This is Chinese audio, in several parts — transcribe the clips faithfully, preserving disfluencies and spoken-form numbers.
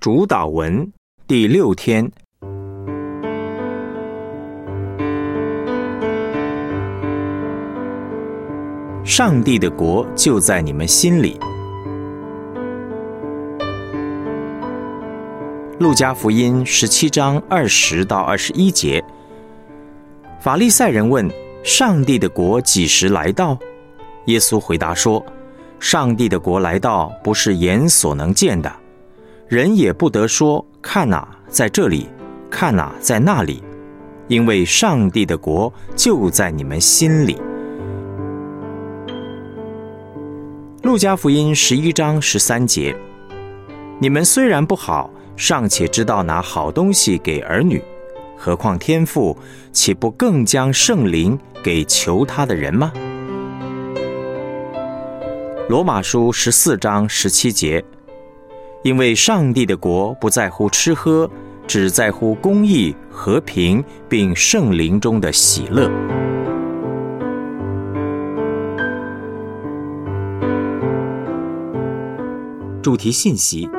主导文第六天。上帝的国就在你们心里。路加福音十七章二十到二十一节，法利赛人问：上帝的国几时来到？耶稣回答说：上帝的国来到，不是眼所能见的，人也不得说看哪，在这里，看哪，在那里，因为上帝的国就在你们心里。路加福音十一章十三节，你们虽然不好，尚且知道拿好东西给儿女，何况天父岂不更将圣灵给求他的人吗？罗马书十四章十七节，因为上帝的国不在乎吃喝，只在乎公义、和平，并圣灵中的喜乐。主题信息：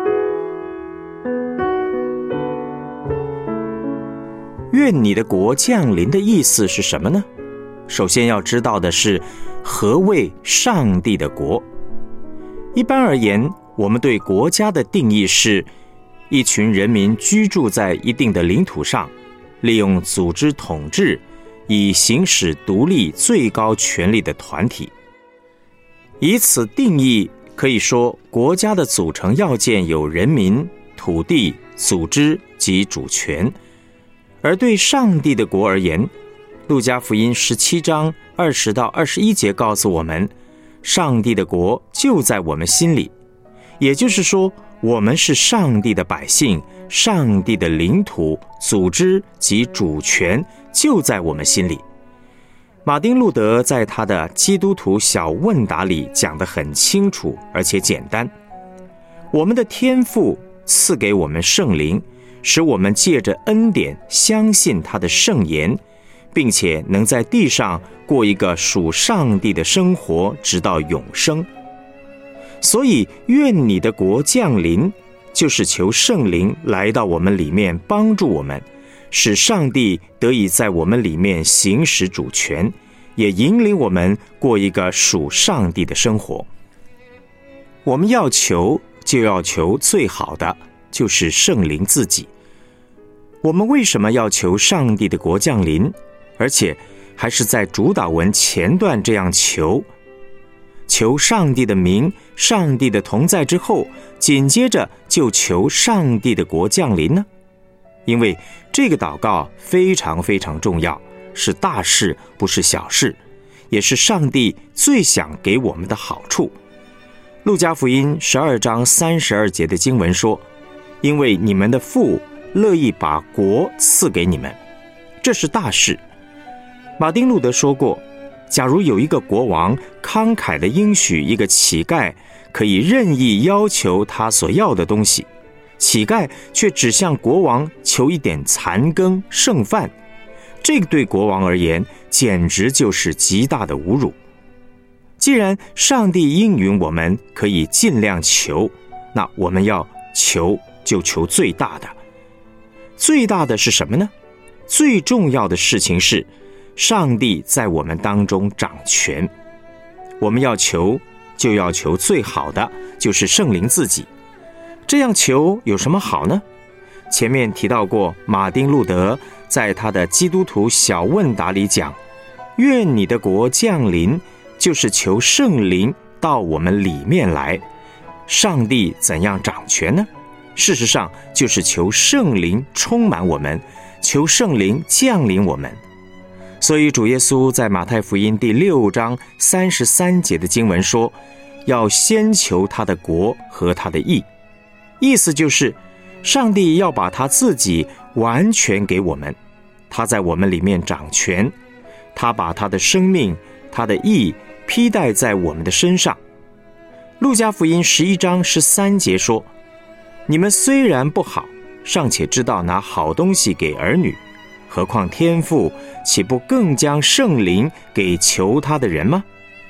愿你的国降临的意思是什么呢？首先要知道的是，何谓上帝的国？一般而言，我们对国家的定义是一群人民居住在一定的领土上，利用组织统治，以行使独立最高权力的团体。以此定义，可以说国家的组成要件有人民、土地、组织及主权。而对上帝的国而言，路加福音十七章二十到二十一节告诉我们，上帝的国就在我们心里，也就是说，我们是上帝的百姓，上帝的领土、组织及主权就在我们心里。马丁路德在他的基督徒小问答里讲得很清楚，而且简单。我们的天父赐给我们圣灵，使我们借着恩典相信他的圣言，并且能在地上过一个属上帝的生活，直到永生。所以愿你的国降临，就是求圣灵来到我们里面，帮助我们，使上帝得以在我们里面行使主权，也引领我们过一个属上帝的生活。我们要求就要求最好的，就是圣灵自己。我们为什么要求上帝的国降临，而且还是在主导文前段这样求？求上帝的名、上帝的同在之后，紧接着就求上帝的国降临呢？因为这个祷告非常非常重要，是大事，不是小事，也是上帝最想给我们的好处。路加福音十二章三十二节的经文说：因为你们的父乐意把国赐给你们，这是大事。马丁路德说过，假如有一个国王慷慨地应许一个乞丐可以任意要求他所要的东西，乞丐却只向国王求一点残羹剩饭，这个对国王而言简直就是极大的侮辱。既然上帝应允我们可以尽量求，那我们要求就求最大的。最大的是什么呢？最重要的事情是上帝在我们当中掌权。我们要求就要求最好的，就是圣灵自己。这样求有什么好呢？前面提到过，马丁路德在他的基督徒小问答里讲，愿你的国降临，就是求圣灵到我们里面来。上帝怎样掌权呢？事实上就是求圣灵充满我们，求圣灵降临我们。所以主耶稣在马太福音第六章三十三节的经文说，要先求他的国和他的义。意思就是上帝要把他自己完全给我们，他在我们里面掌权，他把他的生命、他的义披戴在我们的身上。路加福音十一章十三节说，你们虽然不好，尚且知道拿好东西给儿女，何况天父岂不更将圣灵给求他的人吗？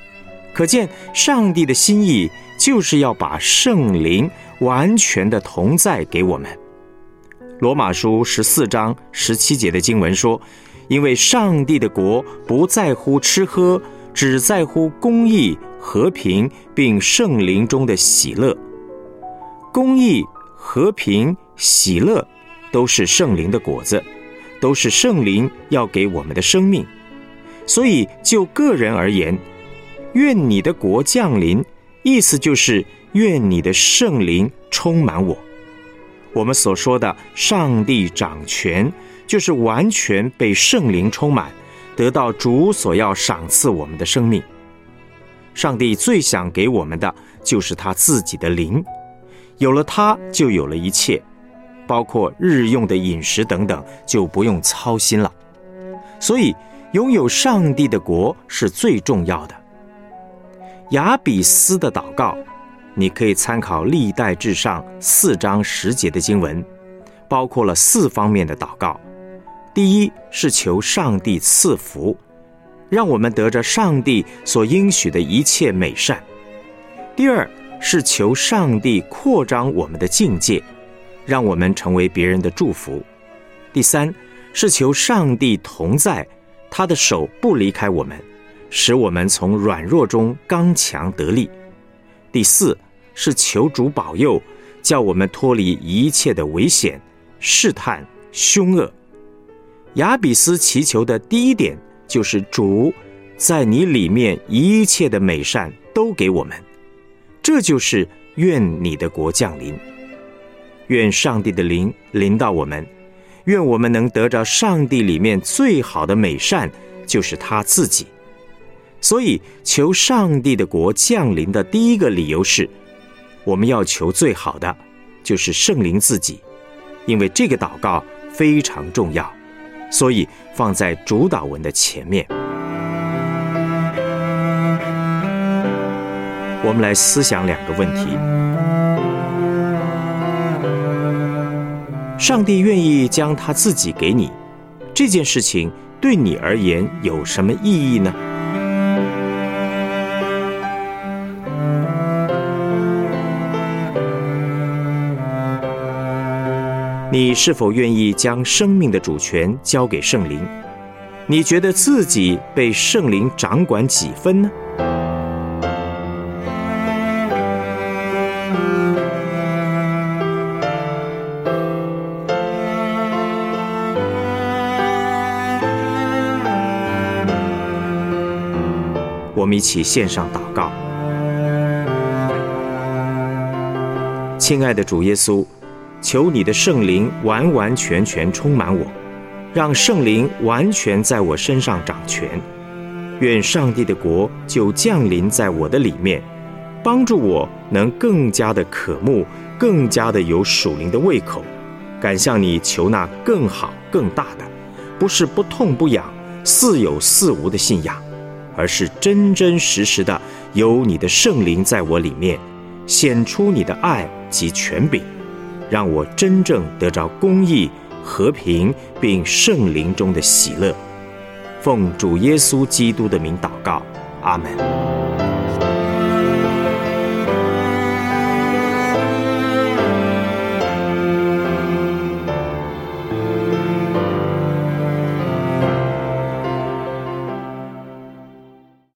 可见上帝的心意就是要把圣灵完全的同在给我们。罗马书十四章十七节的经文说，因为上帝的国不在乎吃喝，只在乎公义、和平，并圣灵中的喜乐。公义、和平、喜乐都是圣灵的果子，都是圣灵要给我们的生命。所以就个人而言，愿你的国降临，意思就是愿你的圣灵充满我。我们所说的上帝掌权，就是完全被圣灵充满，得到主所要赏赐我们的生命。上帝最想给我们的就是他自己的灵，有了它就有了一切，包括日用的饮食等等，就不用操心了。所以拥有上帝的国是最重要的。雅比斯的祷告，你可以参考历代志上四章十节的经文，包括了四方面的祷告。第一是求上帝赐福，让我们得着上帝所应许的一切美善。第二是求上帝扩张我们的境界，让我们成为别人的祝福。第三是求上帝同在，他的手不离开我们，使我们从软弱中刚强得力。第四是求主保佑，叫我们脱离一切的危险、试探、凶恶。雅比斯祈求的第一点就是主在你里面一切的美善都给我们，这就是愿你的国降临。愿上帝的灵临到我们，愿我们能得着上帝里面最好的美善，就是他自己。所以求上帝的国降临的第一个理由是，我们要求最好的就是圣灵自己，因为这个祷告非常重要，所以放在主祷文的前面。我们来思想两个问题。上帝愿意将他自己给你，这件事情对你而言有什么意义呢？你是否愿意将生命的主权交给圣灵？你觉得自己被圣灵掌管几分呢？我们一起献上祷告。亲爱的主耶稣，求你的圣灵完完全全充满我，让圣灵完全在我身上掌权。愿上帝的国就降临在我的里面，帮助我能更加的渴慕，更加的有属灵的胃口，敢向你求那更好更大的，不是不痛不痒似有似无的信仰，而是真真实实的有你的圣灵在我里面，显出你的爱及权柄，让我真正得着公义、和平，并圣灵中的喜乐。奉主耶稣基督的名祷告，阿们。